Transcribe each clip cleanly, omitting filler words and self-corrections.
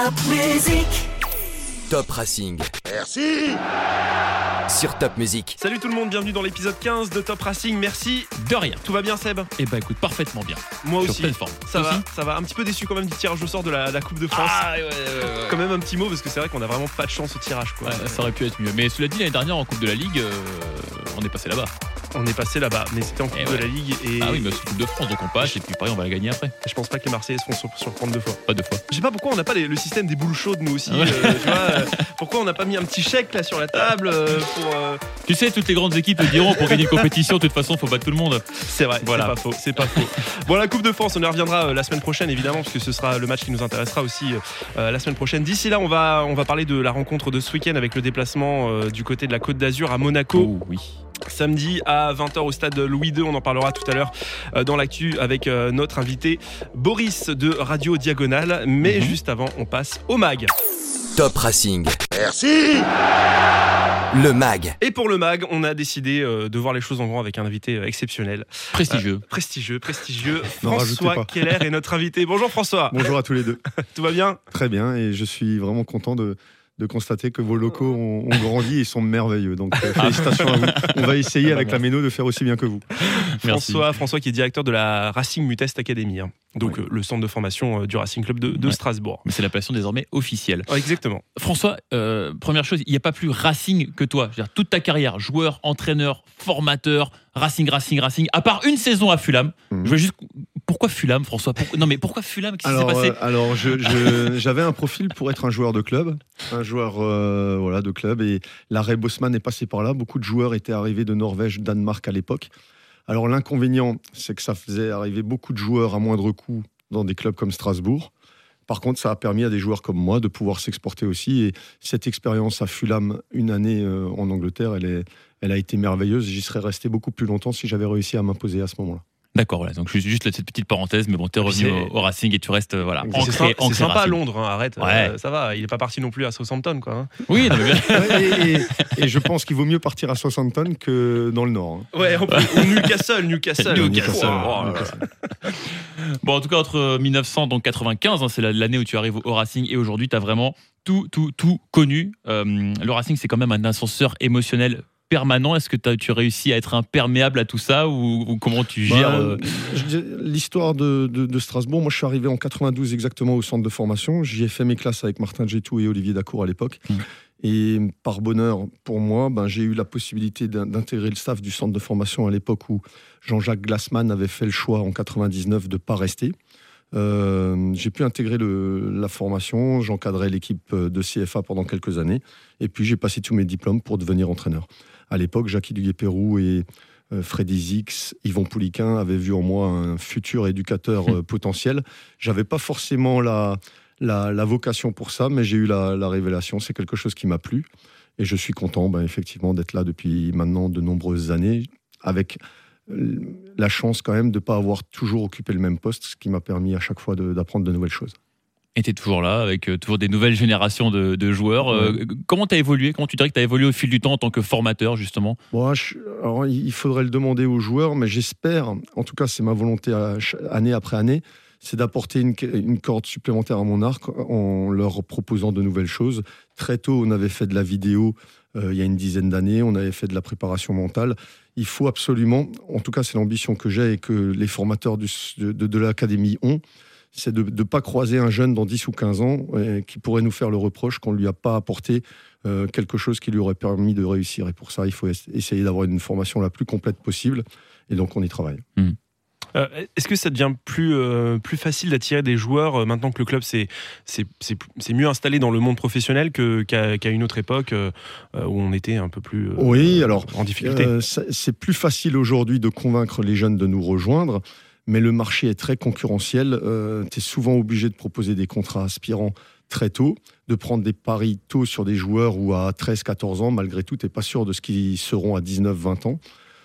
Top Music. Top Racing. Merci. Sur Top Music. Salut tout le monde, bienvenue dans l'épisode 15 de Top Racing. Merci. De rien. Tout va bien, Seb? Eh ben écoute, parfaitement bien. Moi Sur aussi. pleine forme. Ça Aussi va. Un petit peu déçu quand même du tirage au sort de la Coupe de France. Ah ouais. Quand même un petit mot parce que c'est vrai qu'on a vraiment pas de chance au tirage, quoi. Ouais, ça aurait pu être mieux. Mais cela dit, l'année dernière en Coupe de la Ligue, on est passé là-bas. On est passé là-bas, mais c'était en Coupe de la Ligue et Ah oui, mais c'est Coupe de France, donc on passe et puis pareil, on va la gagner après. je pense pas que les Marseillais se font surprendre deux fois. Pas deux fois. Je sais pas pourquoi on n'a pas le système des boules chaudes nous aussi. Ouais. Tu vois, pourquoi on n'a pas mis un petit chèque là sur la table pour. Tu sais, toutes les grandes équipes le diront, pour gagner une compétition, de toute façon, faut battre tout le monde. C'est vrai, Voilà. c'est pas faux. Bon, la Coupe de France, on y reviendra la semaine prochaine évidemment, parce que ce sera le match qui nous intéressera aussi la semaine prochaine. D'ici là, on va parler de la rencontre de ce week-end avec le déplacement du côté de la Côte d'Azur à Monaco. Oh oui. Samedi à 20h au stade Louis II, on en parlera tout à l'heure dans l'actu avec notre invité Boris de Radio Diagonale. Mais juste avant, on passe au MAG. Top Racing. Merci. Le MAG. Et pour le MAG, on a décidé de voir les choses en grand avec un invité exceptionnel. Prestigieux. Prestigieux. N'en rajoutez François pas. Keller est notre invité. Bonjour François. Bonjour à tous les deux. Tout va bien? Très bien, et je suis vraiment content de constater que vos locaux ont grandi et sont merveilleux. Donc félicitations à vous. On va essayer avec la Méno de faire aussi bien que vous. Merci. François qui est directeur de la Racing Mutest Academy, hein. Donc Oui. le centre de formation du Racing Club de Ouais. Strasbourg. Mais c'est l'appellation désormais officielle. Ouais, exactement. François, première chose, il n'y a pas plus Racing que toi. Je veux dire, toute ta carrière, joueur, entraîneur, formateur, Racing, à part une saison à Fulham. Mhm. Je veux juste... Pourquoi Fulham, François? Non mais pourquoi Fulham? Qu'est-ce qui s'est passé? Alors j'avais un profil pour être un joueur de club, de club, et l'arrêt Bosman est passé par là. Beaucoup de joueurs étaient arrivés de Norvège, Danemark à l'époque. Alors l'inconvénient, c'est que ça faisait arriver beaucoup de joueurs à moindre coût dans des clubs comme Strasbourg. Par contre, ça a permis à des joueurs comme moi de pouvoir s'exporter aussi. Et cette expérience à Fulham, une année en Angleterre, elle a été merveilleuse. J'y serais resté beaucoup plus longtemps si j'avais réussi à m'imposer à ce moment-là. D'accord, voilà. Donc juste cette petite parenthèse, mais bon, t'es revenu au Racing et tu restes C'est sympa à Racing. Londres, hein, arrête. Ouais. Ça va, il est pas parti non plus à Southampton, quoi. Hein. Oui, non, mais bien. Et je pense qu'il vaut mieux partir à Southampton que dans le Nord. hein. Ouais, ou Newcastle. Newcastle. Oh là là. Bon, en tout cas, entre 1995, c'est l'année où tu arrives au Racing, et aujourd'hui, tu as vraiment tout connu. Le Racing, c'est quand même un ascenseur émotionnel permanent. Est-ce que tu réussis à être imperméable à tout ça, ou comment tu gères L'histoire de Strasbourg, moi je suis arrivé en 92 exactement au centre de formation. J'y ai fait mes classes avec Martin Gétou et Olivier Dacour à l'époque. Et par bonheur pour moi, j'ai eu la possibilité d'intégrer le staff du centre de formation à l'époque où Jean-Jacques Glassman avait fait le choix en 99 de ne pas rester. J'ai pu intégrer la formation, j'encadrais l'équipe de CFA pendant quelques années, et puis j'ai passé tous mes diplômes pour devenir entraîneur. À l'époque, Jackie Duguay-Pérou et Freddy Zix, Yvon Pouliquin avaient vu en moi un futur éducateur potentiel. J'avais pas forcément la vocation pour ça, mais j'ai eu la révélation. C'est quelque chose qui m'a plu, et je suis content effectivement d'être là depuis maintenant de nombreuses années, avec la chance quand même de ne pas avoir toujours occupé le même poste, ce qui m'a permis à chaque fois d'apprendre de nouvelles choses. Et t'es toujours là, avec toujours des nouvelles générations de joueurs. Comment t'as évolué? Comment tu dirais que t'as évolué au fil du temps en tant que formateur, justement? Bon, alors, il faudrait le demander aux joueurs, mais j'espère, en tout cas c'est ma volonté année après année, c'est d'apporter une corde supplémentaire à mon arc en leur proposant de nouvelles choses. Très tôt, on avait fait de la vidéo il y a une dizaine d'années, on avait fait de la préparation mentale. Il faut absolument, en tout cas c'est l'ambition que j'ai et que les formateurs de l'académie ont, c'est de ne pas croiser un jeune dans 10 ou 15 ans qui pourrait nous faire le reproche qu'on ne lui a pas apporté quelque chose qui lui aurait permis de réussir. Et pour ça, il faut essayer d'avoir une formation la plus complète possible. Et donc, on y travaille. Est-ce que ça devient plus facile d'attirer des joueurs maintenant que le club c'est mieux installé dans le monde professionnel qu'à une autre époque où on était un peu plus en difficulté? C'est plus facile aujourd'hui de convaincre les jeunes de nous rejoindre, mais le marché est très concurrentiel. Tu es souvent obligé de proposer des contrats aspirants très tôt, de prendre des paris tôt sur des joueurs où à 13-14 ans, malgré tout, tu n'es pas sûr de ce qu'ils seront à 19-20 ans.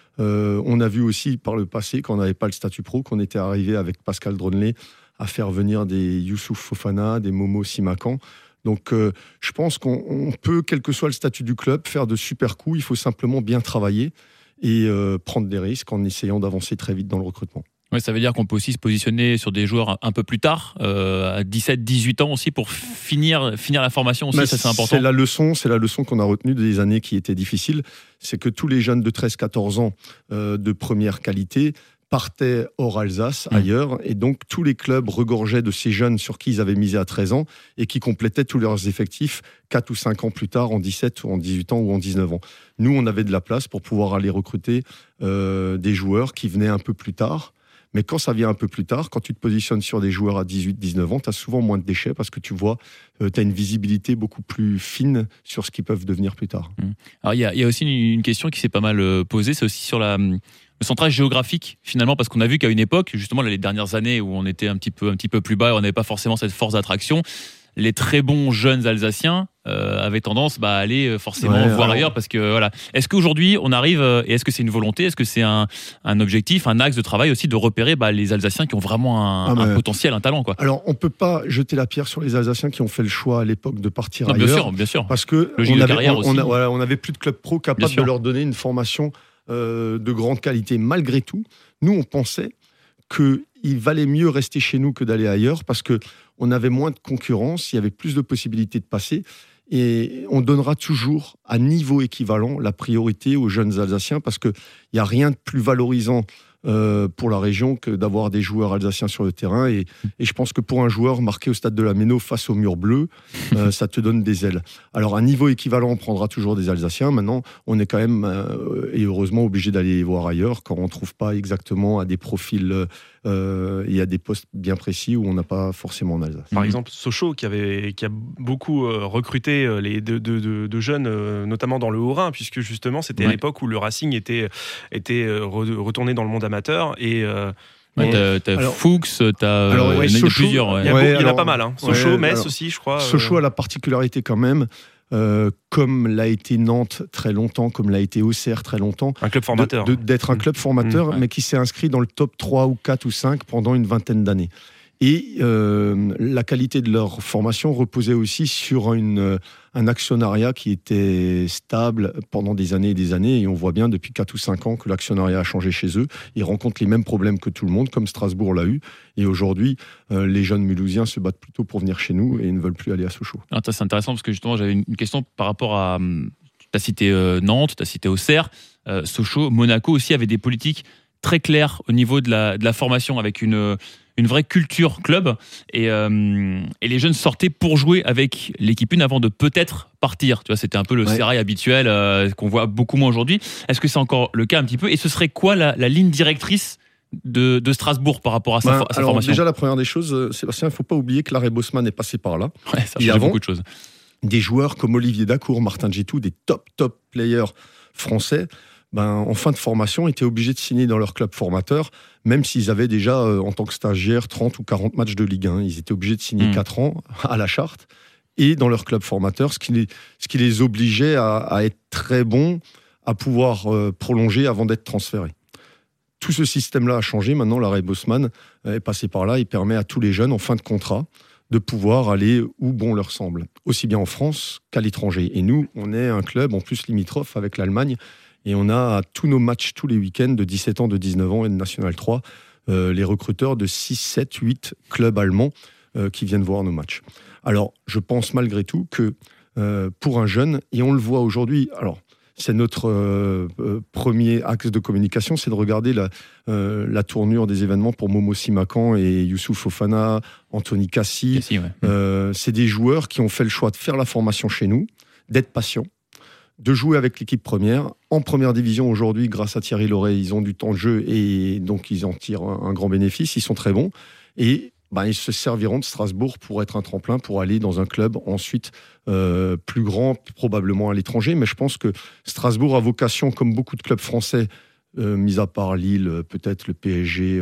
On a vu aussi par le passé, quand on n'avait pas le statut pro, qu'on était arrivé avec Pascal Dronley à faire venir des Youssouf Fofana, des Momo Simakan. Donc je pense qu'on peut, quel que soit le statut du club, faire de super coups. Il faut simplement bien travailler et prendre des risques en essayant d'avancer très vite dans le recrutement. Ouais, ça veut dire qu'on peut aussi se positionner sur des joueurs un peu plus tard, à 17, 18 ans aussi, pour finir la formation aussi, ça c'est important. C'est la leçon qu'on a retenue des années qui étaient difficiles, c'est que tous les jeunes de 13-14 ans de première qualité partaient hors Alsace, ailleurs, et donc tous les clubs regorgeaient de ces jeunes sur qui ils avaient misé à 13 ans et qui complétaient tous leurs effectifs 4 ou 5 ans plus tard, en 17 ou en 18 ans ou en 19 ans. Nous, on avait de la place pour pouvoir aller recruter des joueurs qui venaient un peu plus tard. Mais quand ça vient un peu plus tard, quand tu te positionnes sur des joueurs à 18-19 ans, tu as souvent moins de déchets parce que tu vois, tu as une visibilité beaucoup plus fine sur ce qu'ils peuvent devenir plus tard. Alors, il y a aussi une question qui s'est pas mal posée, c'est aussi sur le centrage géographique, finalement, parce qu'on a vu qu'à une époque, justement, les dernières années où on était un petit peu plus bas et on n'avait pas forcément cette force d'attraction, les très bons jeunes Alsaciens avaient tendance à aller forcément voir ailleurs, parce que voilà. Est-ce qu'aujourd'hui on arrive, et est-ce que c'est une volonté, est-ce que c'est un objectif, un axe de travail aussi, de repérer les Alsaciens qui ont vraiment un potentiel, un talent, quoi. Alors on peut pas jeter la pierre sur les Alsaciens qui ont fait le choix à l'époque de partir ailleurs. Bien sûr. Parce que on avait plus de club pro capable de leur donner une formation de grande qualité. Malgré tout, nous on pensait qu'il valait mieux rester chez nous que d'aller ailleurs, parce qu'on avait moins de concurrence, il y avait plus de possibilités de passer, et on donnera toujours à niveau équivalent la priorité aux jeunes Alsaciens, parce qu'il n'y a rien de plus valorisant pour la région que d'avoir des joueurs alsaciens sur le terrain, et je pense que pour un joueur marqué au stade de la Méno face au mur bleu, ça te donne des ailes. Alors à niveau équivalent, on prendra toujours des Alsaciens. Maintenant, on est quand même et heureusement obligé d'aller voir ailleurs quand on ne trouve pas exactement à des profils et à des postes bien précis où on n'a pas forcément en Alsace. Par exemple, Sochaux qui a beaucoup recruté de jeunes, notamment dans le Haut-Rhin, puisque justement c'était à l'époque où le Racing était retourné dans le monde amateur, et t'as Fuchs, t'as Sochaux, plusieurs. Il y en a pas mal. Sochaux, Metz aussi, je crois. Sochaux a la particularité quand même, comme l'a été Nantes très longtemps, comme l'a été Auxerre très longtemps, un club formateur. D'être un club formateur, mais qui s'est inscrit dans le top 3 ou 4 ou 5 pendant une vingtaine d'années. Et la qualité de leur formation reposait aussi sur un actionnariat qui était stable pendant des années et des années. Et on voit bien depuis 4 ou 5 ans que l'actionnariat a changé chez eux. Ils rencontrent les mêmes problèmes que tout le monde, comme Strasbourg l'a eu. Et aujourd'hui, les jeunes Mulhousiens se battent plutôt pour venir chez nous et ne veulent plus aller à Sochaux. Alors, c'est intéressant parce que justement, j'avais une question par rapport à... Tu as cité Nantes, tu as cité Auxerre, Sochaux, Monaco aussi avait des politiques très claires au niveau de la formation, avec une vraie culture club, et les jeunes sortaient pour jouer avec l'équipe 1 avant de peut-être partir. Tu vois, c'était un peu le sérail habituel qu'on voit beaucoup moins aujourd'hui. Est-ce que c'est encore le cas un petit peu ? Et ce serait quoi la ligne directrice de Strasbourg par rapport à sa formation ? Déjà, la première des choses, Sébastien, il ne faut pas oublier que Larry Bosman est passé par là. Ça change beaucoup de choses. Des joueurs comme Olivier Dacour, Martin Djetou, des top players français, en fin de formation, étaient obligés de signer dans leur club formateur, même s'ils avaient déjà, en tant que stagiaires, 30 ou 40 matchs de Ligue 1. Ils étaient obligés de signer 4 ans à la charte, et dans leur club formateur, ce qui les obligeait à être très bons, à pouvoir prolonger avant d'être transférés. Tout ce système-là a changé. Maintenant, Larry Bosman est passé par là. Il permet à tous les jeunes, en fin de contrat, de pouvoir aller où bon leur semble, aussi bien en France qu'à l'étranger. Et nous, on est un club, en plus limitrophe avec l'Allemagne, et on a tous nos matchs tous les week-ends de 17 ans, de 19 ans et de National 3, les recruteurs de 6, 7, 8 clubs allemands qui viennent voir nos matchs. Alors, je pense malgré tout que pour un jeune, et on le voit aujourd'hui, alors c'est notre premier axe de communication, c'est de regarder la tournure des événements pour Momo Simakan et Youssouf Fofana, Anthony Cassi. C'est des joueurs qui ont fait le choix de faire la formation chez nous, d'être patients, de jouer avec l'équipe première. En première division aujourd'hui, grâce à Thierry Laurey, ils ont du temps de jeu et donc ils en tirent un grand bénéfice. Ils sont très bons et ils se serviront de Strasbourg pour être un tremplin pour aller dans un club ensuite plus grand, probablement à l'étranger. Mais je pense que Strasbourg a vocation, comme beaucoup de clubs français, mis à part Lille, peut-être le PSG,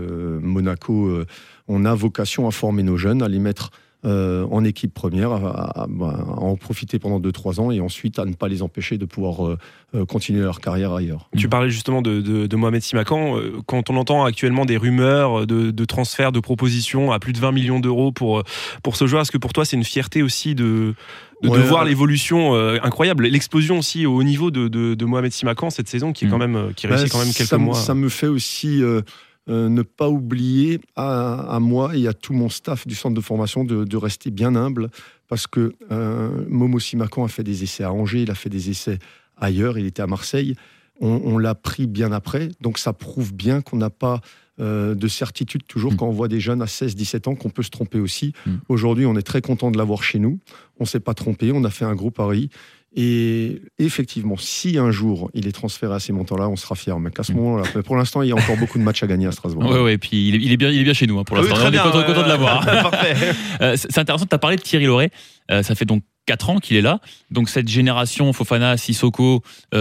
Monaco, on a vocation à former nos jeunes, à les mettre en équipe première, à en profiter pendant 2-3 ans et ensuite à ne pas les empêcher de pouvoir continuer leur carrière ailleurs. Tu parlais justement de Mohamed Simakan. Quand on entend actuellement des rumeurs de transferts, de propositions à plus de 20 millions d'euros pour ce joueur, est-ce que pour toi c'est une fierté aussi de voir l'évolution incroyable, l'explosion aussi au haut niveau de Mohamed Simakan cette saison qui est quand même qui réussit quand même quelques mois. Ça me fait aussi ne pas oublier à moi et à tout mon staff du centre de formation de rester bien humble, parce que Momo Simakan a fait des essais à Angers, il a fait des essais ailleurs, il était à Marseille. On l'a pris bien après, donc ça prouve bien qu'on n'a pas de certitude toujours quand on voit des jeunes à 16-17 ans qu'on peut se tromper aussi. Aujourd'hui, on est très content de l'avoir chez nous. On ne s'est pas trompé, on a fait un gros pari. Et effectivement, si un jour il est transféré à ces montants-là, on sera fiers. Mais qu'à ce moment-là, pour l'instant, il y a encore beaucoup de matchs à gagner à Strasbourg. Oui, et puis il est bien chez nous pour l'instant. On est content de l'avoir. C'est intéressant, tu as parlé de Thierry Laurey. Ça fait donc 4 ans qu'il est là. Donc cette génération Fofana, Simakan,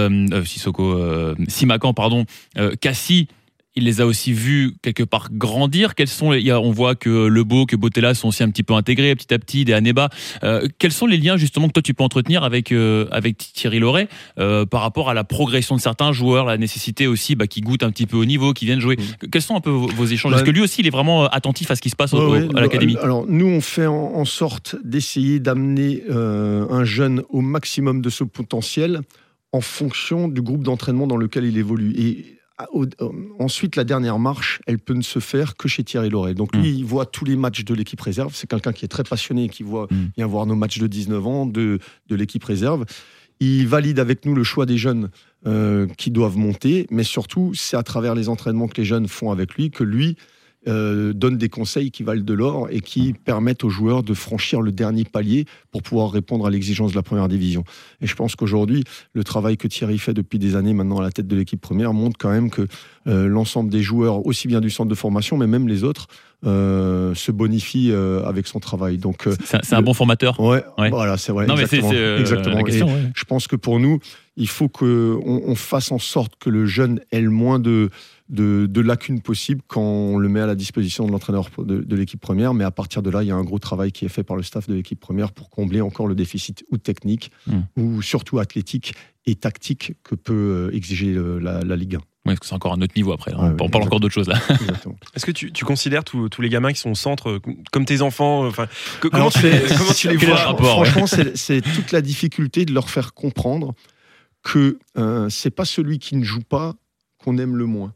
Cassie, il les a aussi vus quelque part grandir. On voit que Lebeau, que Botella sont aussi un petit peu intégrés petit à petit, des Aneba. Quels sont les liens justement que toi tu peux entretenir avec Thierry Laurey par rapport à la progression de certains joueurs, la nécessité aussi qu'ils goûtent un petit peu au niveau, qu'ils viennent jouer. Quels sont un peu vos échanges? Est-ce que lui aussi il est vraiment attentif à ce qui se passe à l'académie? Alors nous on fait en sorte d'essayer d'amener un jeune au maximum de ce potentiel en fonction du groupe d'entraînement dans lequel il évolue. Et ensuite, la dernière marche, elle peut ne se faire que chez Thierry Laurey. Donc lui, il voit tous les matchs de l'équipe réserve. C'est quelqu'un qui est très passionné, qui vient voir nos matchs de 19 ans de l'équipe réserve. Il valide avec nous le choix des jeunes qui doivent monter, mais surtout, c'est à travers les entraînements que les jeunes font avec lui que lui donne des conseils qui valent de l'or et qui permettent aux joueurs de franchir le dernier palier pour pouvoir répondre à l'exigence de la première division. Et je pense qu'aujourd'hui, le travail que Thierry fait depuis des années maintenant à la tête de l'équipe première montre quand même que l'ensemble des joueurs, aussi bien du centre de formation, mais même les autres, se bonifient avec son travail. Donc, c'est un bon formateur. Ouais. Voilà, c'est vrai. Non, exactement. Mais c'est exactement. la question. Je pense que pour nous, il faut qu'on fasse en sorte que le jeune ait le moins de lacunes possibles quand on le met à la disposition de l'entraîneur de l'équipe première. Mais à partir de là, il y a un gros travail qui est fait par le staff de l'équipe première pour combler encore le déficit ou technique ou surtout athlétique et tactique que peut exiger la Ligue 1. Oui, parce que c'est encore un autre niveau après. On parle encore d'autres choses là. Exactement. Est-ce que tu considères tous les gamins qui sont au centre comme tes enfants? Comment tu les vois? Franchement, c'est toute la difficulté de leur faire comprendre que c'est pas celui qui ne joue pas qu'on aime le moins.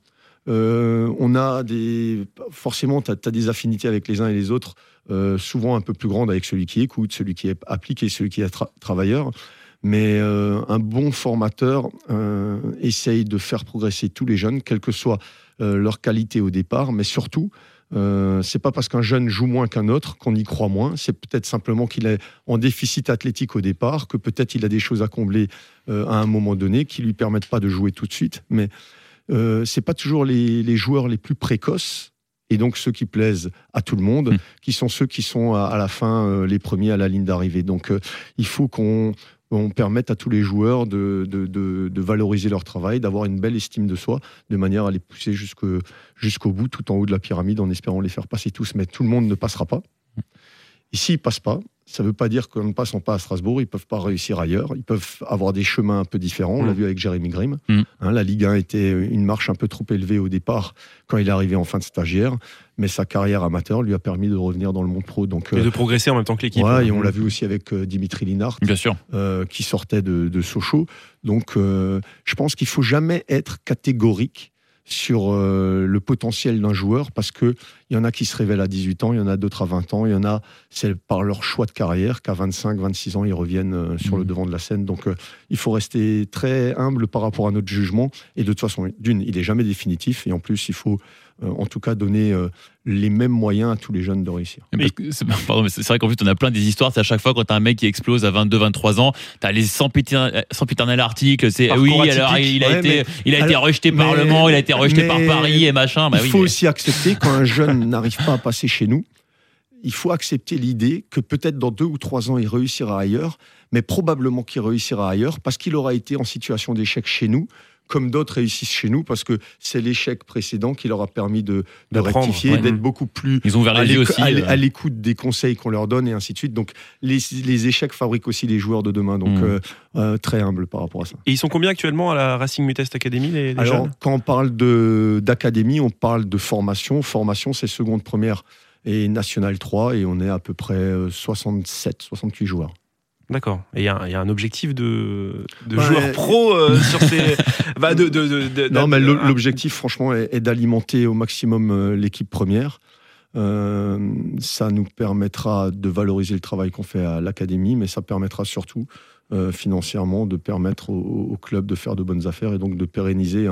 On a forcément, tu as des affinités avec les uns et les autres, souvent un peu plus grandes avec celui qui écoute, celui qui est appliqué, celui qui est travailleur. Mais un bon formateur essaye de faire progresser tous les jeunes, quelle que soit leur qualité au départ, mais surtout, c'est pas parce qu'un jeune joue moins qu'un autre qu'on y croit moins. C'est peut-être simplement qu'il est en déficit athlétique au départ, que peut-être il a des choses à combler à un moment donné qui lui permettent pas de jouer tout de suite. Mais c'est pas toujours les joueurs les plus précoces et donc ceux qui plaisent à tout le monde qui sont ceux qui sont à la fin les premiers à la ligne d'arrivée. Donc il faut qu'on permette à tous les joueurs de valoriser leur travail, d'avoir une belle estime de soi, de manière à les pousser jusqu'au bout, tout en haut de la pyramide, en espérant les faire passer tous. Mais tout le monde ne passera pas. Et s'ils ne passent pas, ça ne veut pas dire qu'en ne passant pas à Strasbourg, ils ne peuvent pas réussir ailleurs. Ils peuvent avoir des chemins un peu différents. On l'a vu avec Jérémy Grimm. La Ligue 1 était une marche un peu trop élevée au départ quand il est arrivé en fin de stagiaire. Mais sa carrière amateur lui a permis de revenir dans le monde pro. Donc, et de progresser en même temps que l'équipe. Ouais, et on l'a vu aussi avec Dimitri Linhart, bien sûr, qui sortait de Sochaux. Donc, je pense qu'il ne faut jamais être catégorique sur le potentiel d'un joueur, parce qu'il y en a qui se révèlent à 18 ans, il y en a d'autres à 20 ans, il y en a, c'est par leur choix de carrière qu'à 25, 26 ans, ils reviennent sur le devant de la scène. Donc, il faut rester très humble par rapport à notre jugement. Et de toute façon, d'une, il n'est jamais définitif. Et en plus, il faut en tout cas donner les mêmes moyens à tous les jeunes de réussir. Mais c'est vrai qu'en plus, on a plein des histoires. C'est à chaque fois quand tu as un mec qui explose à 22, 23 ans, tu as les sempiternels articles. C'est oui, alors il a été rejeté par Le Mans, il a été rejeté par Paris et machin. Il faut aussi accepter quand un jeune n'arrive pas à passer chez nous. Il faut accepter l'idée que peut-être dans 2 ou 3 ans, il réussira ailleurs, mais probablement qu'il réussira ailleurs parce qu'il aura été en situation d'échec chez nous, comme d'autres réussissent chez nous, parce que c'est l'échec précédent qui leur a permis de rectifier, d'être beaucoup plus Ils ont ouvert les yeux aussi, à l'écoute des conseils qu'on leur donne, et ainsi de suite. Donc les échecs fabriquent aussi les joueurs de demain, donc très humble par rapport à ça. Et ils sont combien actuellement à la Racing Mutest Academy, les Alors, jeunes ? Quand on parle d'académie, on parle de formation. Formation, c'est seconde, première et National 3, et on est à peu près 67, 68 joueurs. D'accord. Et il y a un objectif de joueur pro sur ces. Non, mais l'objectif, franchement, est d'alimenter au maximum l'équipe première. Ça nous permettra de valoriser le travail qu'on fait à l'académie, mais ça permettra surtout financièrement de permettre au club de faire de bonnes affaires et donc de pérenniser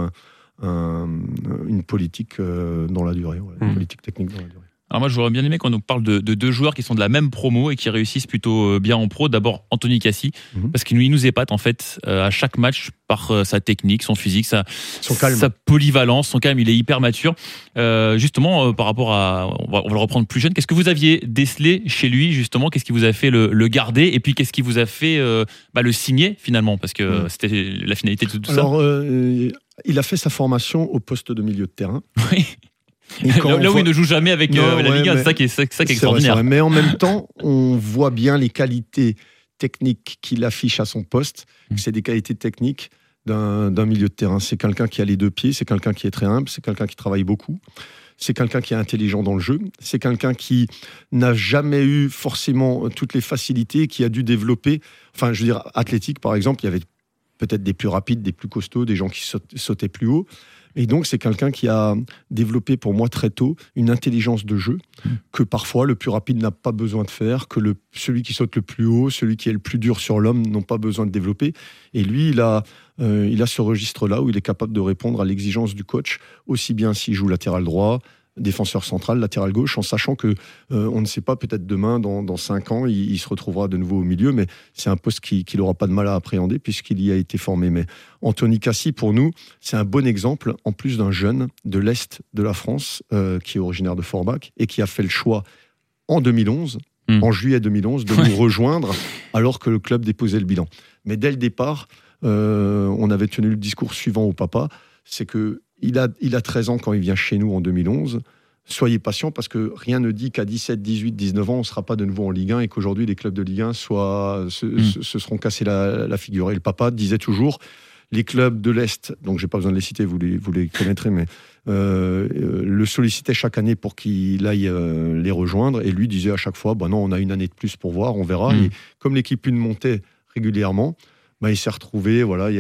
une politique dans la durée, une politique technique dans la durée. Alors moi, j'aurais bien aimé qu'on nous parle de deux joueurs qui sont de la même promo et qui réussissent plutôt bien en pro. D'abord, Anthony Cassie, parce qu'il nous épate en fait à chaque match par sa technique, son physique, sa polyvalence, son calme. Il est hyper mature. Justement, par rapport à... On va le reprendre plus jeune. Qu'est-ce que vous aviez décelé chez lui, justement? Qu'est-ce qui vous a fait le garder? Et puis, qu'est-ce qui vous a fait le signer, finalement? Parce que c'était la finalité de tout ça. Alors, il a fait sa formation au poste de milieu de terrain. Oui. Là où il ne joue jamais avec la Ligue 1, c'est ça qui est extraordinaire. Vrai. Mais en même temps, on voit bien les qualités techniques qu'il affiche à son poste. C'est des qualités techniques d'un milieu de terrain. C'est quelqu'un qui a les deux pieds, c'est quelqu'un qui est très humble, c'est quelqu'un qui travaille beaucoup. C'est quelqu'un qui est intelligent dans le jeu. C'est quelqu'un qui n'a jamais eu forcément toutes les facilités, qui a dû développer. Enfin, je veux dire, athlétique, par exemple, il y avait peut-être des plus rapides, des plus costauds, des gens qui sautaient plus haut. Et donc, c'est quelqu'un qui a développé pour moi très tôt une intelligence de jeu que parfois le plus rapide n'a pas besoin de faire, que celui qui saute le plus haut, celui qui est le plus dur sur l'homme n'ont pas besoin de développer. Et lui, il a ce registre-là où il est capable de répondre à l'exigence du coach, aussi bien s'il joue latéral droit, défenseur central, latéral gauche, en sachant que on ne sait pas, peut-être demain, dans 5 ans, il se retrouvera de nouveau au milieu, mais c'est un poste qu'il n'aura pas de mal à appréhender puisqu'il y a été formé. Mais Anthony Cassie, pour nous, c'est un bon exemple, en plus d'un jeune de l'Est de la France, qui est originaire de Forbach et qui a fait le choix en 2011, en juillet 2011, de nous rejoindre alors que le club déposait le bilan. Mais dès le départ, on avait tenu le discours suivant au papa, c'est que il a 13 ans quand il vient chez nous en 2011. Soyez patient parce que rien ne dit qu'à 17, 18, 19 ans, on ne sera pas de nouveau en Ligue 1 et qu'aujourd'hui, les clubs de Ligue 1 se seront cassés la figure. Et le papa disait toujours, les clubs de l'Est, donc je n'ai pas besoin de les citer, vous les connaîtrez, mais le sollicitaient chaque année pour qu'il aille les rejoindre. Et lui disait à chaque fois, non, on a une année de plus pour voir, on verra. Et comme l'équipe une montait régulièrement, il s'est retrouvé, il y a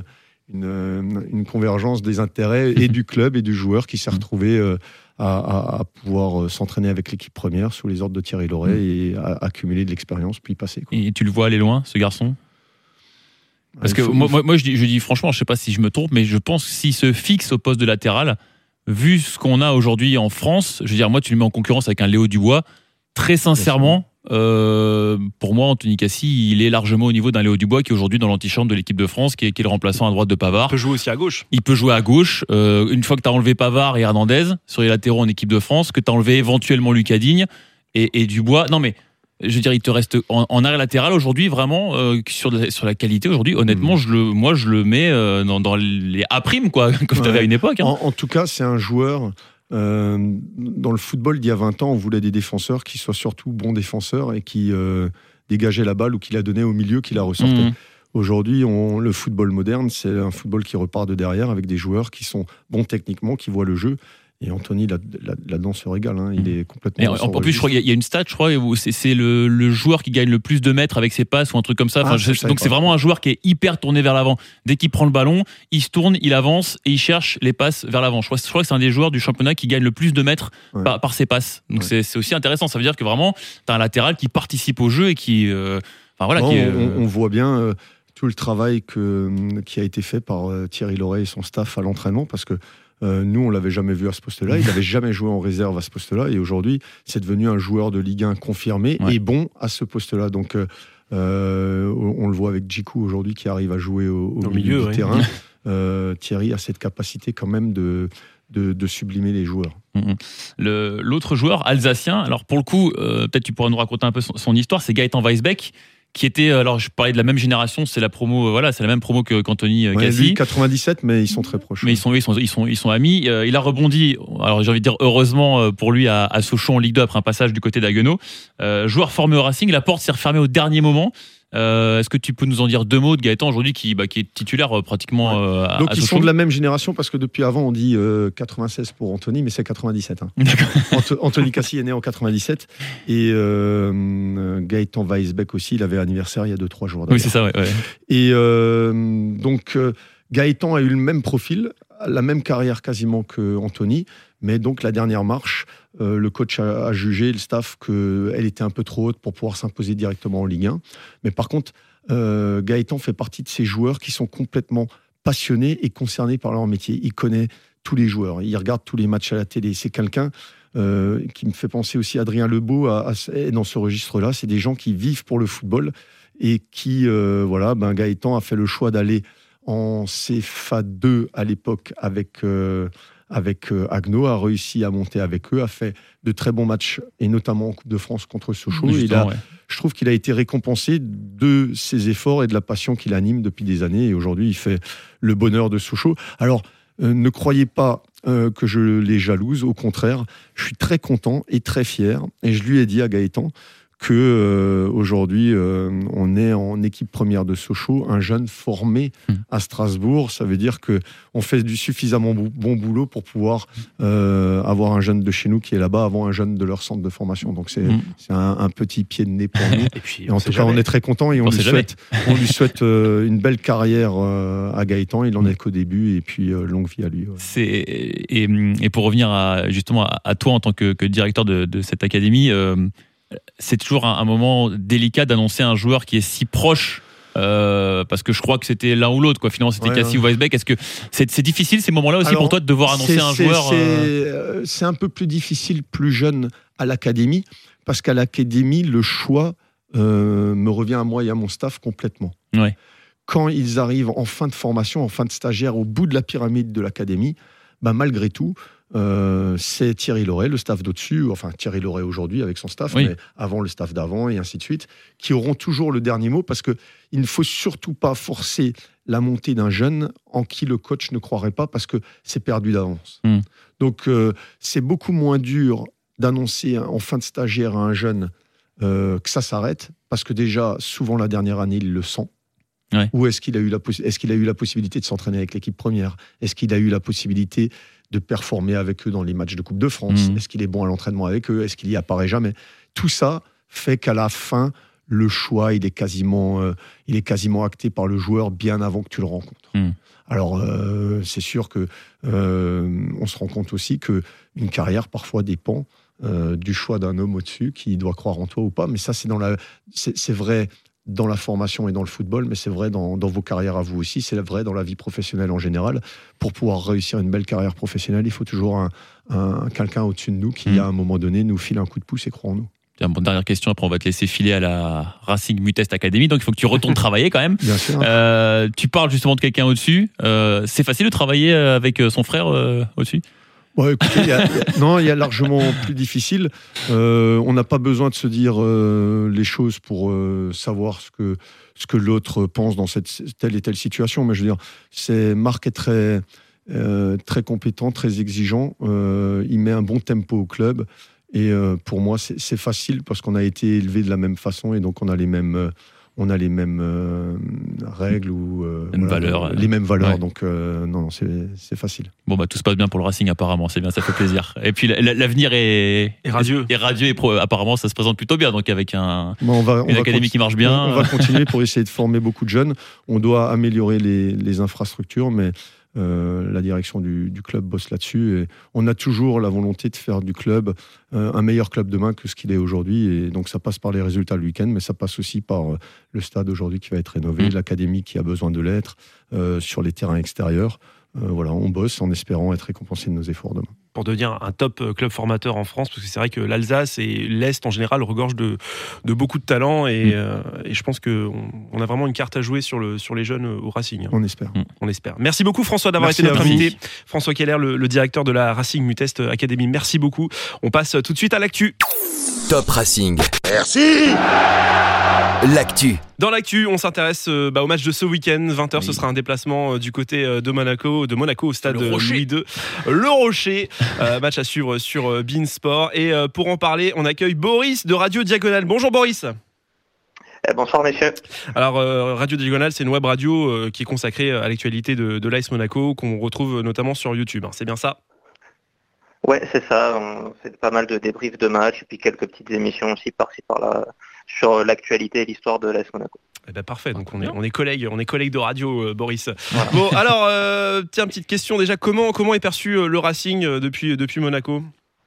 une convergence des intérêts et du club et du joueur qui s'est retrouvé à pouvoir s'entraîner avec l'équipe première sous les ordres de Thierry Loret et à accumuler de l'expérience puis passer. Et tu le vois aller loin, ce garçon? Parce que moi je dis franchement, je ne sais pas si je me trompe, mais je pense que s'il se fixe au poste de latéral, vu ce qu'on a aujourd'hui en France, je veux dire, moi tu le mets en concurrence avec un Léo Dubois, très sincèrement, pour moi, Anthony Cassie, il est largement au niveau d'un Léo Dubois qui est aujourd'hui dans l'antichambre de l'équipe de France, qui est le remplaçant à droite de Pavard. Il peut jouer aussi à gauche. Il peut jouer à gauche. Une fois que tu as enlevé Pavard et Hernandez sur les latéraux en équipe de France, que tu as enlevé éventuellement Lucas Digne et Dubois. Non mais, je veux dire, il te reste en arrière latéral aujourd'hui, vraiment, sur la qualité aujourd'hui, honnêtement, je le mets dans les A', quoi, comme tu avais à une époque. Hein. En tout cas, c'est un joueur... dans le football d'il y a 20 ans, on voulait des défenseurs qui soient surtout bons défenseurs et qui dégageaient la balle ou qui la donnaient au milieu, qui la ressortaient. Aujourd'hui, le football moderne, c'est un football qui repart de derrière avec des joueurs qui sont bons techniquement, qui voient le jeu. Et Anthony, là-dedans, se régale. Hein. Il est complètement... En plus, je crois qu'il y a une stat, je crois, où c'est le joueur qui gagne le plus de mètres avec ses passes ou un truc comme ça. Donc, c'est vraiment un joueur qui est hyper tourné vers l'avant. Dès qu'il prend le ballon, il se tourne, il avance et il cherche les passes vers l'avant. Je crois que c'est un des joueurs du championnat qui gagne le plus de mètres par ses passes. Donc, c'est aussi intéressant. Ça veut dire que vraiment, tu as un latéral qui participe au jeu et qui... on voit bien tout le travail qui a été fait par Thierry Loret et son staff à l'entraînement parce que nous, on ne l'avait jamais vu à ce poste-là. Il n'avait jamais joué en réserve à ce poste-là. Et aujourd'hui, c'est devenu un joueur de Ligue 1 confirmé et bon à ce poste-là. Donc, on le voit avec Djikou aujourd'hui qui arrive à jouer au milieu du terrain. Thierry a cette capacité quand même de sublimer les joueurs. L'autre joueur, alsacien, alors pour le coup, peut-être tu pourras nous raconter un peu son histoire, c'est Gaëtan Weisbeck, qui était, alors je parlais de la même génération, c'est la promo, c'est la même promo qu'Anthony Cassie. Lui, 97, mais ils sont très proches. Mais ils sont amis. Il a rebondi, alors j'ai envie de dire heureusement pour lui à Sochaux en Ligue 2 après un passage du côté d'Haguenau. Joueur formé au Racing, la porte s'est refermée au dernier moment. Est-ce que tu peux nous en dire 2 mots de Gaëtan aujourd'hui qui est titulaire pratiquement à Donc ils Sochaux. sont de la même génération parce que depuis avant on dit 96 pour Anthony, mais c'est 97. Anthony Cassis est né en 97 et Gaëtan Weisbeck aussi, il avait anniversaire il y a 2-3 jours. Oui, c'est ça, ouais. Et donc Gaëtan a eu le même profil, la même carrière quasiment que Anthony, mais donc la dernière marche, le coach a jugé, le staff, qu'elle était un peu trop haute pour pouvoir s'imposer directement en Ligue 1. Mais par contre, Gaëtan fait partie de ces joueurs qui sont complètement passionnés et concernés par leur métier. Il connaît tous les joueurs, il regarde tous les matchs à la télé. C'est quelqu'un qui me fait penser aussi à Adrien Lebeau dans ce registre-là. C'est des gens qui vivent pour le football et qui, Gaëtan a fait le choix d'aller en CFA2 à l'époque avec Agno, a réussi à monter avec eux, a fait de très bons matchs, et notamment en Coupe de France contre Sochaux. Je trouve qu'il a été récompensé de ses efforts et de la passion qu'il anime depuis des années, et aujourd'hui il fait le bonheur de Sochaux. Alors, ne croyez pas que je les jalouse, au contraire, je suis très content et très fier, et je lui ai dit à Gaëtan que aujourd'hui on est en équipe première de Sochaux, un jeune formé à Strasbourg. Ça veut dire que on fait du suffisamment bon boulot pour pouvoir avoir un jeune de chez nous qui est là-bas avant un jeune de leur centre de formation. Donc c'est un petit pied de nez pour nous. Et en tout cas, on est très content et on lui souhaite une belle carrière à Gaëtan. Il en est qu'au début, et puis longue vie à lui. Ouais. Et pour revenir justement à toi en tant que directeur de cette académie. C'est toujours un moment délicat d'annoncer un joueur qui est si proche, parce que je crois que c'était l'un ou l'autre, quoi. Finalement, c'était Cassis ou Weisbeck. Est-ce que c'est difficile ces moments-là aussi pour toi de devoir annoncer un joueur C'est un peu plus difficile plus jeune à l'académie, parce qu'à l'académie, le choix me revient à moi et à mon staff complètement. Ouais. Quand ils arrivent en fin de formation, en fin de stagiaire, au bout de la pyramide de l'académie, malgré tout, c'est Thierry Loret, le staff d'au-dessus, enfin Thierry Loret aujourd'hui avec son staff, mais avant le staff d'avant et ainsi de suite, qui auront toujours le dernier mot, parce qu'il ne faut surtout pas forcer la montée d'un jeune en qui le coach ne croirait pas, parce que c'est perdu d'avance. Donc c'est beaucoup moins dur d'annoncer en fin de stagiaire à un jeune que ça s'arrête, parce que déjà souvent la dernière année il le sent. Ouais. Ou est-ce qu'il a eu la possibilité de s'entraîner avec l'équipe première? Est-ce qu'il a eu la possibilité de performer avec eux dans les matchs de Coupe de France? Est-ce qu'il est bon à l'entraînement avec eux? Est-ce qu'il y apparaît jamais? Tout ça fait qu'à la fin, le choix, il est quasiment acté par le joueur bien avant que tu le rencontres. Alors, c'est sûr que on se rend compte aussi qu'une carrière parfois dépend du choix d'un homme au-dessus qui doit croire en toi ou pas. Mais ça, c'est vrai dans la formation et dans le football, mais c'est vrai dans vos carrières à vous aussi, c'est vrai dans la vie professionnelle en général. Pour pouvoir réussir une belle carrière professionnelle, il faut toujours quelqu'un au-dessus de nous qui, à un moment donné, nous file un coup de pouce et croit en nous. Tiens, bon, dernière question, après on va te laisser filer à la Racing Mutest Academy, donc il faut que tu retournes travailler quand même. Bien sûr. Tu parles justement de quelqu'un au-dessus. C'est facile de travailler avec son frère au-dessus? Écoutez, il y a largement plus difficile. On n'a pas besoin de se dire les choses pour savoir ce que l'autre pense dans telle et telle situation. Mais je veux dire, Marc est très, très compétent, très exigeant. Il met un bon tempo au club. Et pour moi, c'est facile parce qu'on a été élevés de la même façon et donc on a les mêmes règles ou les mêmes valeurs. Ouais. Donc non, c'est facile. Bon tout se passe bien pour le Racing apparemment, c'est bien, ça fait plaisir. Et puis l'avenir est radieux. Et apparemment ça se présente plutôt bien, donc avec une académie qui marche bien. On va continuer pour essayer de former beaucoup de jeunes. On doit améliorer les infrastructures, mais la direction du club bosse là-dessus et on a toujours la volonté de faire du club un meilleur club demain que ce qu'il est aujourd'hui, et donc ça passe par les résultats le week-end, mais ça passe aussi par le stade aujourd'hui qui va être rénové, l'académie qui a besoin de l'être, sur les terrains extérieurs. On bosse en espérant être récompensé de nos efforts demain. Pour devenir un top club formateur en France, parce que c'est vrai que l'Alsace et l'Est en général regorgent de beaucoup de talents et je pense qu'on a vraiment une carte à jouer sur les jeunes au Racing. On espère. On espère. Merci beaucoup François d'avoir été notre invité. François Keller, le directeur de la Racing Mutest Academy. Merci beaucoup. On passe tout de suite à l'actu. Top Racing. Merci. L'actu. Dans l'actu, on s'intéresse au match de ce week-end, 20h, ce sera un déplacement du côté de Monaco au stade Louis II. Le Rocher, match à suivre sur beIN Sport. Et pour en parler, on accueille Boris de Radio Diagonale. Bonjour Boris. Bonsoir messieurs. Alors, Radio Diagonale, c'est une web radio qui est consacrée à l'actualité de l'AS Monaco, qu'on retrouve notamment sur YouTube. C'est bien ça ? Ouais, c'est ça. On fait pas mal de débriefs de matchs et puis quelques petites émissions aussi par-ci par-là sur l'actualité et l'histoire de l'AS Monaco. Eh ben parfait, donc on est collègues de radio, Boris. Voilà. Bon, alors, tiens, petite question déjà, comment est perçu le Racing depuis Monaco ?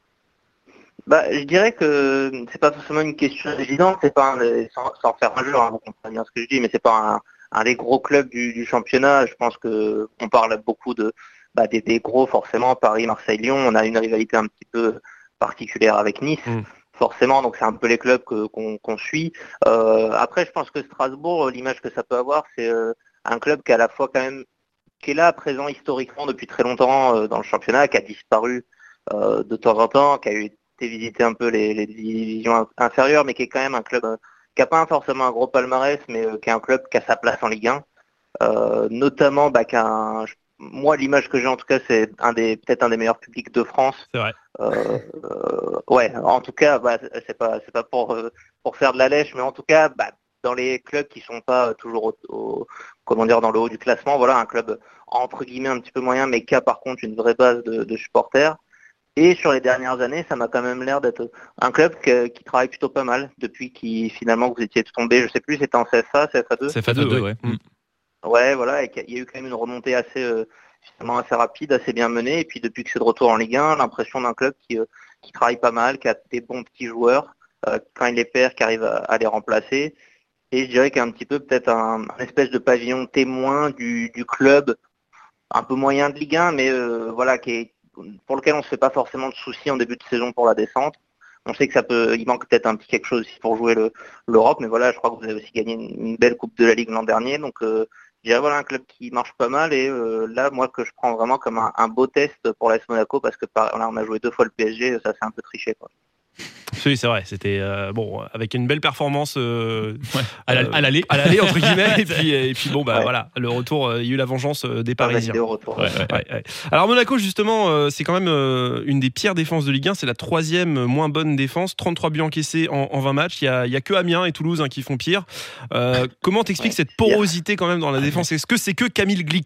Je dirais que c'est pas forcément une question évidente, c'est pas sans faire un jeu, vous comprenez bien ce que je dis, mais c'est pas un des gros clubs du championnat. Je pense que on parle beaucoup des gros, forcément, Paris, Marseille, Lyon. On a une rivalité un petit peu particulière avec Nice, forcément, donc c'est un peu les clubs qu'on suit. Après, je pense que Strasbourg, l'image que ça peut avoir, c'est un club qui est à la fois quand même, qui est là, présent historiquement depuis très longtemps dans le championnat, qui a disparu de temps en temps, qui a été visiter un peu les divisions inférieures, mais qui est quand même un club qui n'a pas forcément un gros palmarès, mais qui est un club qui a sa place en Ligue 1. Notamment, moi, l'image que j'ai en tout cas, c'est peut-être un des meilleurs publics de France. C'est vrai. Ouais, en tout cas, c'est pas pour faire de la lèche, mais en tout cas, dans les clubs qui sont pas toujours dans le haut du classement, voilà, un club entre guillemets un petit peu moyen, mais qui a par contre une vraie base de supporters. Et sur les dernières années, ça m'a quand même l'air d'être un club qui travaille plutôt pas mal depuis finalement vous étiez tombé, je sais plus, c'était en CFA, CFA2. CFA2, ouais. Ouais, voilà, et il y a eu quand même une remontée assez rapide, assez bien menée. Et puis depuis que c'est de retour en Ligue 1, l'impression d'un club qui travaille pas mal, qui a des bons petits joueurs, quand il les perd, qui arrive à les remplacer. Et je dirais qu'il y a un petit peu peut-être un espèce de pavillon témoin du club un peu moyen de Ligue 1, mais voilà, pour lequel on ne se fait pas forcément de soucis en début de saison pour la descente. On sait que il manque peut-être un petit quelque chose aussi pour jouer l'Europe, mais voilà, je crois que vous avez aussi gagné une belle Coupe de la Ligue l'an dernier, donc je dirais voilà un club qui marche pas mal, et là, moi, que je prends vraiment comme un beau test pour l'AS Monaco, parce que là, on a joué 2 fois le PSG, ça c'est un peu triché, quoi. Oui, c'est vrai, c'était avec une belle performance à l'aller entre guillemets, et puis voilà, le retour, il y a eu la vengeance des Parisiens. Ouais. Alors Monaco, justement, c'est quand même une des pires défenses de Ligue 1, c'est la 3e moins bonne défense, 33 buts encaissés en 20 matchs, il y a que Amiens et Toulouse qui font pire. Comment t'expliques cette porosité quand même dans la défense ? Est-ce que c'est que Camille Glick ?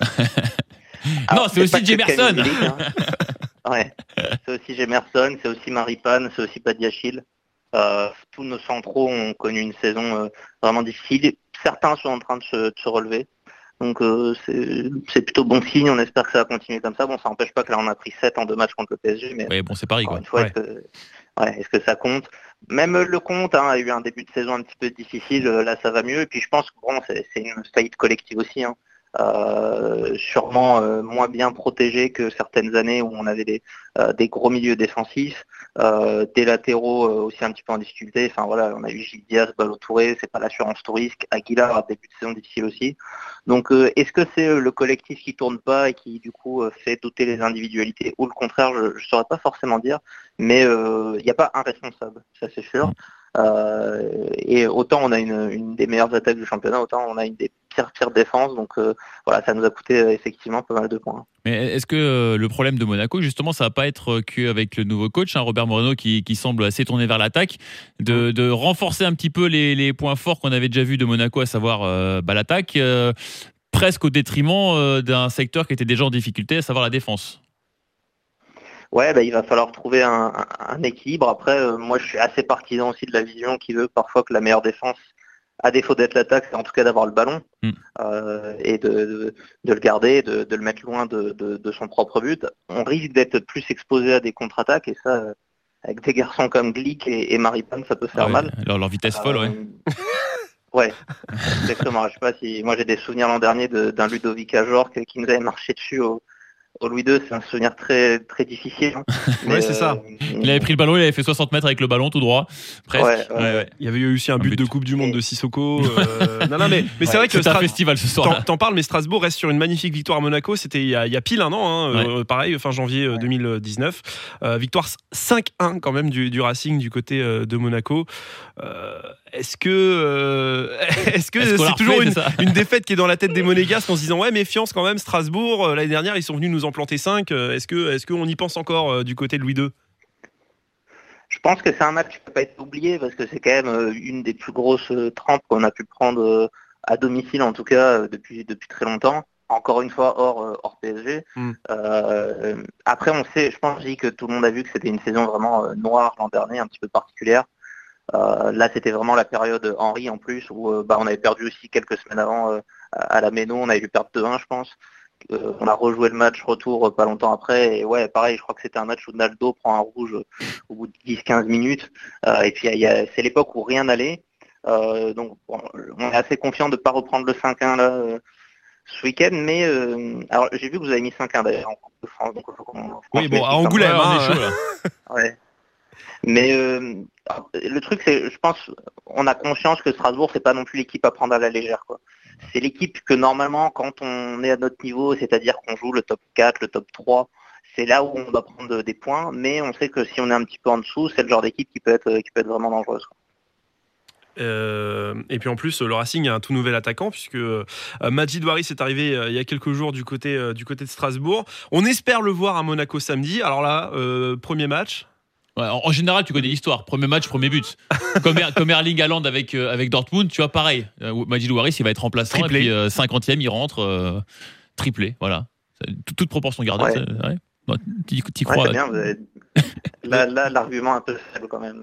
Non, c'est aussi Jemerson. Ouais, c'est aussi Jemerson, c'est aussi Maripane, c'est aussi Badiachil. Tous nos centraux ont connu une saison vraiment difficile. Certains sont en train de se relever. Donc c'est plutôt bon signe, on espère que ça va continuer comme ça. Bon, ça n'empêche pas que là on a pris 7 en 2 matchs contre le PSG. Mais ouais, bon, c'est pareil, quoi. Une fois, est-ce que ça compte ? Même le compte a eu un début de saison un petit peu difficile, là ça va mieux. Et puis je pense que c'est une faillite collective aussi. Sûrement moins bien protégé que certaines années où on avait des gros milieux défensifs, des latéraux aussi un petit peu en difficulté. Enfin voilà, on a eu Gilles Diaz, Ballo Touré, c'est pas l'assurance touriste. Aguilar a début de saison difficile aussi. Donc est-ce que c'est le collectif qui tourne pas et qui du coup fait douter les individualités, ou le contraire, je saurais pas forcément dire, mais il n'y a pas un responsable, ça c'est sûr. Et autant on a une des meilleures attaques du championnat, autant on a une des pires défenses, donc voilà, ça nous a coûté effectivement pas mal de points. Mais est-ce que le problème de Monaco, justement, ça va pas être qu'avec le nouveau coach, Robert Moreno, qui semble assez tourné vers l'attaque, de renforcer un petit peu les points forts qu'on avait déjà vus de Monaco, à savoir l'attaque, presque au détriment d'un secteur qui était déjà en difficulté, à savoir la défense? Ouais, il va falloir trouver un équilibre. Après, moi, je suis assez partisan aussi de la vision qui veut parfois que la meilleure défense, à défaut d'être l'attaque, c'est en tout cas d'avoir le ballon et de le garder, de le mettre loin de son propre but. On risque d'être plus exposé à des contre-attaques, et ça, avec des garçons comme Glick et Maripane, ça peut faire mal. Leur vitesse folle, ouais. Ouais, exactement. Je sais pas si moi j'ai des souvenirs l'an dernier d'un Ludovic Ajor qui nous avait marché dessus au Louis II, c'est un souvenir très très difficile. Ouais, c'est ça. Il avait pris le ballon, il avait fait 60 mètres avec le ballon tout droit. Presque. Ouais. Il y avait eu aussi un but de Coupe du Monde de Sissoko. Non, mais c'est vrai que c'est un festival ce soir. T'en parles, mais Strasbourg reste sur une magnifique victoire à Monaco. C'était il y a pile un an, pareil, fin janvier 2019. Victoire 5-1 quand même du Racing du côté de Monaco. Est-ce que c'est toujours une défaite qui est dans la tête des Monégasques en se disant ouais, méfiance quand même, Strasbourg, l'année dernière ils sont venus nous en planter 5, est-ce qu'on y pense encore du côté de Louis II? Je pense que c'est un match qui ne peut pas être oublié parce que c'est quand même une des plus grosses trempes qu'on a pu prendre à domicile, en tout cas depuis très longtemps. Encore une fois, hors PSG. Après, on sait, je pense que tout le monde a vu que c'était une saison vraiment noire l'an dernier, un petit peu particulière. Là, c'était vraiment la période Henry en plus, où on avait perdu aussi quelques semaines avant à la Méno, on avait dû perdre 2-1, je pense. On a rejoué le match retour pas longtemps après, et ouais, pareil, je crois que c'était un match où Naldo prend un rouge au bout de 10-15 minutes, et puis c'est l'époque où rien n'allait, donc bon, on est assez confiant de ne pas reprendre le 5-1 là ce week-end, mais alors j'ai vu que vous avez mis 5-1 d'ailleurs en Coupe de France, donc oui, bon, à Angoulême, on est chaud là. Ouais. Mais le truc, c'est, je pense, on a conscience que Strasbourg, c'est pas non plus l'équipe à prendre à la légère, quoi. C'est l'équipe que normalement, quand on est à notre niveau, c'est-à-dire qu'on joue le top 4, le top 3, c'est là où on doit prendre des points, mais on sait que si on est un petit peu en dessous, c'est le genre d'équipe qui peut être vraiment dangereuse, quoi. Et puis en plus, le Racing a un tout nouvel attaquant puisque Majid Waris est arrivé il y a quelques jours du côté de Strasbourg. On espère le voir à Monaco samedi. Alors là, premier match. Ouais, en général, tu connais l'histoire. Premier match, premier but. Comme Erling Haaland avec Dortmund, tu vois, pareil. Majid Waris, il va être remplaçant. Triplé. Et puis 50e, il rentre triplé. Voilà. Toute proportion gardée. Ouais. Ouais. Non, t'y crois. C'est bien, vous avez... Là, l'argument un peu faible quand même.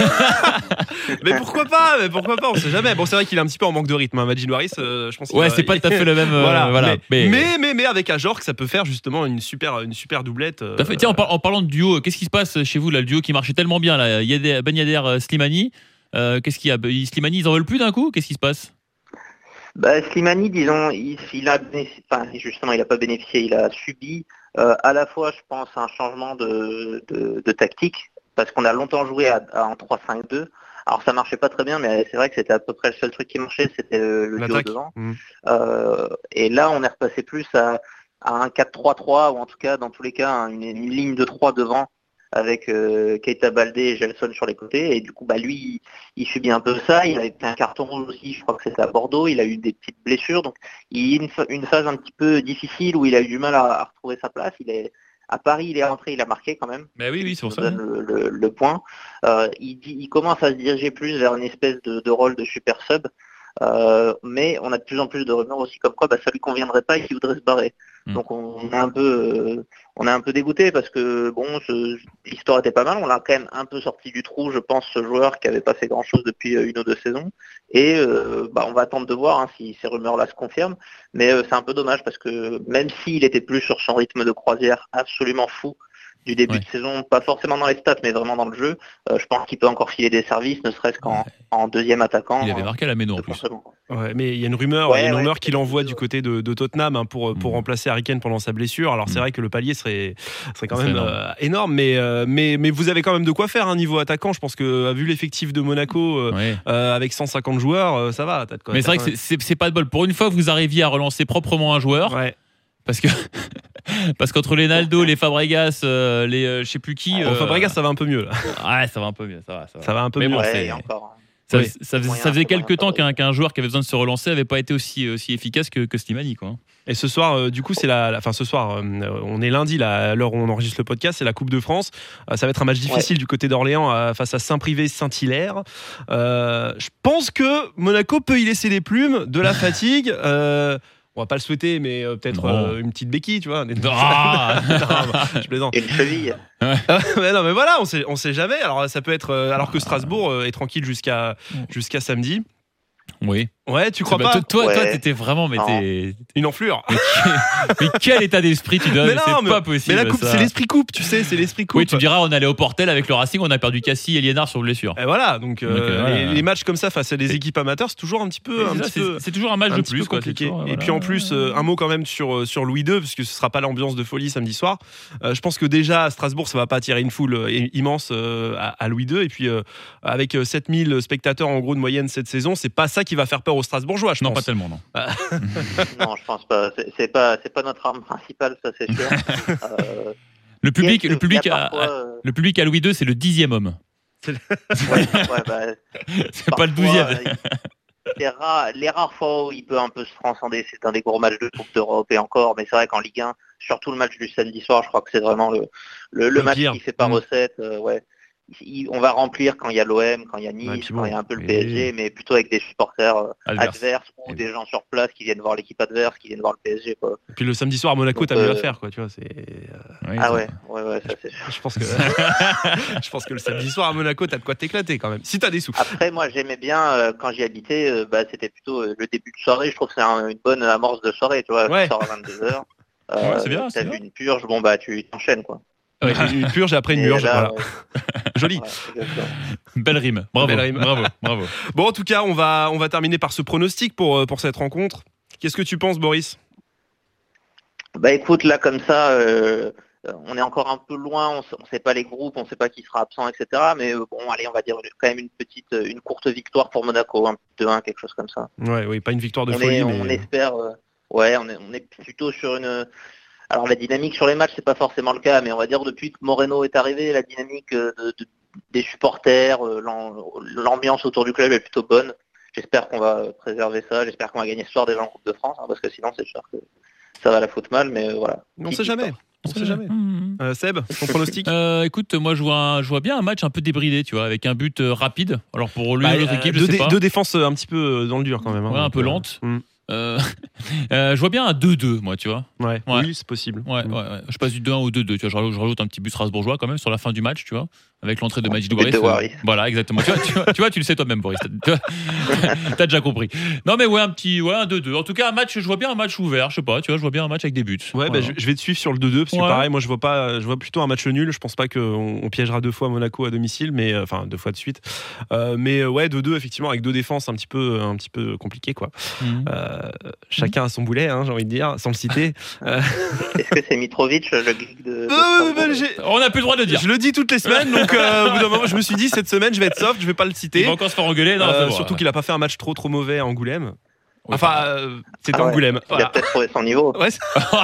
Mais pourquoi pas on sait jamais. Bon, c'est vrai qu'il est un petit peu en manque de rythme, hein, Majid Waris. Je pense c'est pas tout à fait le même. Voilà. Mais avec Ajorc, ça peut faire justement une super doublette. Tout à fait. Tiens, en parlant de duo, qu'est-ce qui se passe chez vous là, le duo qui marchait tellement bien là, Ben Yedder, Slimani. Qu'est-ce qu'il y a Slimani, ils en veulent plus d'un coup. Qu'est-ce qui se passe? Slimani, disons, il a pas bénéficié, il a subi à la fois, je pense, un changement de tactique, parce qu'on a longtemps joué en 3-5-2. Alors ça marchait pas très bien, mais c'est vrai que c'était à peu près le seul truc qui marchait, c'était le duo devant. Et là, on est repassé plus à un 4-3-3, ou en tout cas, dans tous les cas, une ligne de 3 devant, avec Keita Baldé et Gelson sur les côtés, et du coup lui il subit un peu ça. Il avait pris un carton rouge aussi, je crois que c'était à Bordeaux, il a eu des petites blessures, donc il y a une phase un petit peu difficile où il a eu du mal à retrouver sa place. À Paris, il est rentré, il a marqué quand même. Mais oui, c'est pour ça. Le point. Il commence à se diriger plus vers une espèce de rôle de super sub, mais on a de plus en plus de rumeurs aussi comme quoi ça lui conviendrait pas et qu'il voudrait se barrer. Donc on est un peu dégoûté parce que l'histoire était pas mal, on l'a quand même un peu sorti du trou, je pense, ce joueur qui avait pas fait grand chose depuis une ou deux saisons, et on va attendre de voir si ces rumeurs là se confirment, mais c'est un peu dommage parce que même s'il était plus sur son rythme de croisière absolument fou du début de saison, pas forcément dans les stats mais vraiment dans le jeu, je pense qu'il peut encore filer des services, ne serait-ce qu'en deuxième attaquant. Il avait marqué à la Méno en plus. Ouais, mais il y a une rumeur, qu'il envoie du côté de Tottenham pour remplacer Harry Kane pendant sa blessure. Alors c'est vrai que le palier serait quand même énorme, mais vous avez quand même de quoi faire niveau attaquant. Je pense que vu l'effectif de Monaco avec 150 joueurs, ça va. Mais c'est vrai que c'est pas de bol. Pour une fois que vous arriviez à relancer proprement un joueur. Ouais. Parce qu'entre les Naldo, les Fabregas, je sais plus qui. Fabregas, ça va un peu mieux là. Ouais, ça va un peu mieux. Ça va un peu mieux. Bon, encore. Ça faisait quelques temps qu'un joueur qui avait besoin de se relancer n'avait pas été aussi efficace que Slimani, quoi. Et ce soir, du coup, c'est ce soir, on est lundi, là, à l'heure où on enregistre le podcast, c'est la Coupe de France. Ça va être un match difficile du côté d'Orléans face à Saint-Privé-Saint-Hilaire. Je pense que Monaco peut y laisser des plumes, de la fatigue. On va pas le souhaiter, mais peut-être une petite béquille, tu vois. Je plaisante. Et une cheville. mais voilà, on sait jamais. Alors ça peut être, alors que Strasbourg est tranquille jusqu'à samedi. Oui. Ouais, tu crois pas? Toi, t'étais vraiment, t'es une enflure. Mais quel état d'esprit tu donnes? C'est pas possible. Mais la coupe, c'est l'esprit coupe, tu sais, c'est l'esprit coupe. Oui, tu diras, on allait au Portel avec le Racing, on a perdu Cassie et Liénard sur blessure. Et voilà, donc les matchs comme ça face à des équipes amateurs, c'est toujours un petit peu. C'est toujours un match de plus, compliqué. Et puis en plus, un mot quand même sur Louis II, parce que ce sera pas l'ambiance de folie samedi soir. Je pense que déjà à Strasbourg, ça va pas attirer une foule immense à Louis II. Et puis avec 7000 spectateurs en gros de moyenne cette saison, c'est pas ça qui va faire peur aux Strasbourgeois, je pense. Pas tellement, non. Non, je pense pas. C'est pas notre arme principale, ça c'est sûr. Le public à Louis II, c'est le 10e homme. C'est pas le 12e. Les rares fois où il peut un peu se transcender, c'est dans des gros matchs de Coupe d'Europe et encore, mais c'est vrai qu'en Ligue 1, surtout le match du samedi soir, je crois que c'est vraiment le match pire. qui fait pas recette. on va remplir quand il y a l'OM, quand il y a Nice, Ouais, puis quand bon, il y a un peu le et- PSG, mais plutôt avec des supporters Adverse. adverses ou Et- des gens sur place qui viennent voir l'équipe adverse, qui viennent voir le PSG. Quoi. Et puis le samedi soir à Monaco, Donc, t'as mieux à faire, quoi. Tu vois, c'est. Oui, Ah ça- ouais, ça c'est sûr. Je pense que. Je pense que le samedi soir à Monaco, t'as de quoi t'éclater quand même. Si t'as des sous. Après, moi, j'aimais bien quand j'y habitais, c'était plutôt le début de soirée. Je trouve que c'est une bonne amorce de soirée, tu vois. Ouais. Tu sors à 22h. Ouais, c'est bien, c'est T'as bien. vu une purge, bon bah tu t'enchaînes quoi. Ouais. Une purge et après une Et murge. là, Voilà. Joli. exactement. Belle rime. Bravo. Belle rime. Bravo. Bon, en tout cas, on va terminer par ce pronostic pour cette rencontre. Qu'est-ce que tu penses, Boris? Bah écoute, là comme ça, on est encore un peu loin, on sait pas les groupes, on sait pas qui sera absent, etc. Mais bon, allez, on va dire quand même une courte victoire pour Monaco, un 2-1, quelque chose comme ça. Ouais, oui, pas une victoire de folie, mais. On espère, on est plutôt sur une. Alors la dynamique sur les matchs, c'est pas forcément le cas, mais on va dire depuis que Moreno est arrivé, la dynamique des supporters, l'ambiance autour du club est plutôt bonne. J'espère qu'on va préserver ça, j'espère qu'on va gagner ce soir déjà en Coupe de France, parce que sinon c'est sûr que ça va la foutre mal, mais voilà. On sait jamais. On sait jamais. Seb, ton pronostic? Écoute, moi je vois bien un match un peu débridé, tu vois, avec un but rapide. Alors pour l'une ou l'autre équipe, je sais pas. Deux défenses un petit peu dans le dur quand même. Ouais, un peu lente. Mm. Je vois bien un 2-2, moi, tu vois. Ouais. Ouais. Oui, c'est possible. Ouais. Je passe du 2-1 au 2-2. Tu vois, je rajoute un petit but strasbourgeois quand même sur la fin du match, tu vois, avec l'entrée de Majid But Waris. de Waris. Voilà, exactement. Tu vois, tu le sais toi-même, Boris. T'as déjà compris. Non, mais ouais, un 2-2. En tout cas, un match, je vois bien un match ouvert. Je sais pas, tu vois, je vois bien un match avec des buts. Ouais, Voilà. je vais te suivre sur le 2-2 parce que Ouais. pareil, moi je vois plutôt un match nul. Je pense pas qu'on piégera 2 fois Monaco à domicile, mais enfin 2 fois de suite. Mais ouais, 2-2 effectivement avec 2 défenses un petit peu compliquées quoi. Mhm. Chacun a son boulet, hein, j'ai envie de dire, sans le citer. Est-ce que c'est Mitrovic, le geek de On n'a plus le droit de le dire. Je le dis toutes les semaines, donc au bout d'un moment, je me suis dit cette semaine, je vais être soft, je vais pas le Il citer. va encore se faire engueuler. Non, c'est bon, Surtout ouais. qu'il a pas fait un match trop mauvais à Angoulême. Oui, Enfin, c'était Ah ouais. Angoulême. Il a Voilà. peut-être trouvé son niveau. Ouais,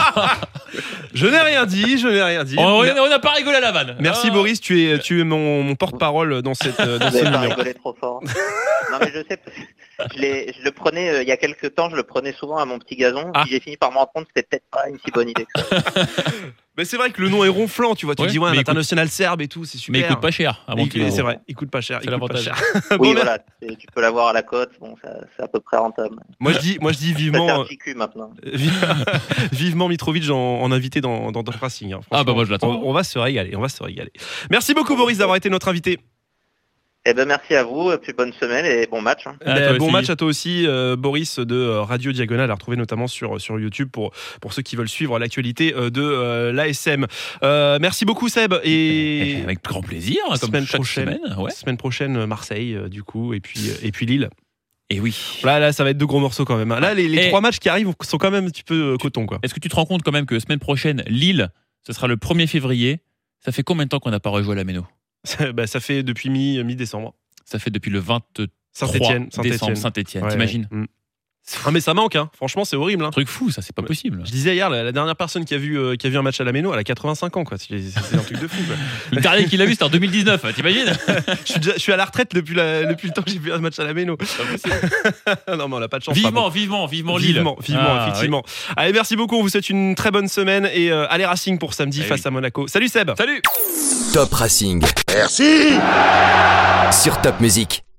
je n'ai rien dit. On n'a pas rigolé à la vanne. Merci Ah. Boris, tu es mon porte-parole dans ce Vous n'avez pas numéro. rigolé trop fort. Non mais je sais, je le prenais il y a quelques temps, je le prenais souvent à mon petit gazon. Ah. Puis j'ai fini par me rendre compte que c'était peut-être pas une si bonne idée que ça. Mais c'est vrai que le nom est ronflant, tu vois. Tu Ouais, te dis ouais, un mais international serbe et tout, c'est super. Mais il coûte pas cher. À mon kilo. C'est vrai, il coûte pas cher. C'est il coûte pas l'avantage. cher. Oui, Bon, mais voilà, tu peux l'avoir à la cote, bon, c'est à peu près rentable. moi je dis Ça fait vivement, un petit cul maintenant. vivement Mitrovic en invité dans Top Racing. hein. Ah bah moi je l'attends. On va se régaler, Merci beaucoup Boris d'avoir été notre invité. Eh ben merci à vous, puis bonne semaine et bon match. Hein. À toi Bon aussi. match à toi aussi, Boris de Radio Diagonale, à retrouver notamment sur YouTube pour ceux qui veulent suivre l'actualité de l'ASM. Merci beaucoup Seb et Avec grand plaisir, comme semaine chaque prochaine. semaine. Ouais. semaine prochaine Marseille du coup et puis Lille. Et oui. Là ça va être 2 gros morceaux quand même. Là les Et- 3 matchs qui arrivent sont quand même un petit peu coton quoi. Est-ce que tu te rends compte quand même que semaine prochaine, Lille, ce sera le 1er février. Ça fait combien de temps qu'on n'a pas rejoué à la Méno? Ça fait depuis mi-décembre. Ça fait depuis le 23 Saint-Étienne. décembre, Saint-Étienne. Ouais, T'imagines? ouais. Ah mais ça manque hein. Franchement c'est horrible hein. Truc fou, ça, c'est pas possible. Je disais hier, la dernière personne qui a vu un match à la Méno, elle a 85 ans quoi. C'est un truc de fou quoi. Le dernier qu'il a vu, c'était en 2019, t'imagines? Je suis à la retraite depuis le temps que j'ai vu un match à la Méno. Non mais on n'a pas de chance. Vivement Lille. Vivement, Ah, effectivement. Allez, merci beaucoup. On vous souhaite une très bonne semaine et allez Racing pour samedi Eh face oui. à Monaco. Salut Seb. Salut! Top Racing. Merci. Sur Top Music.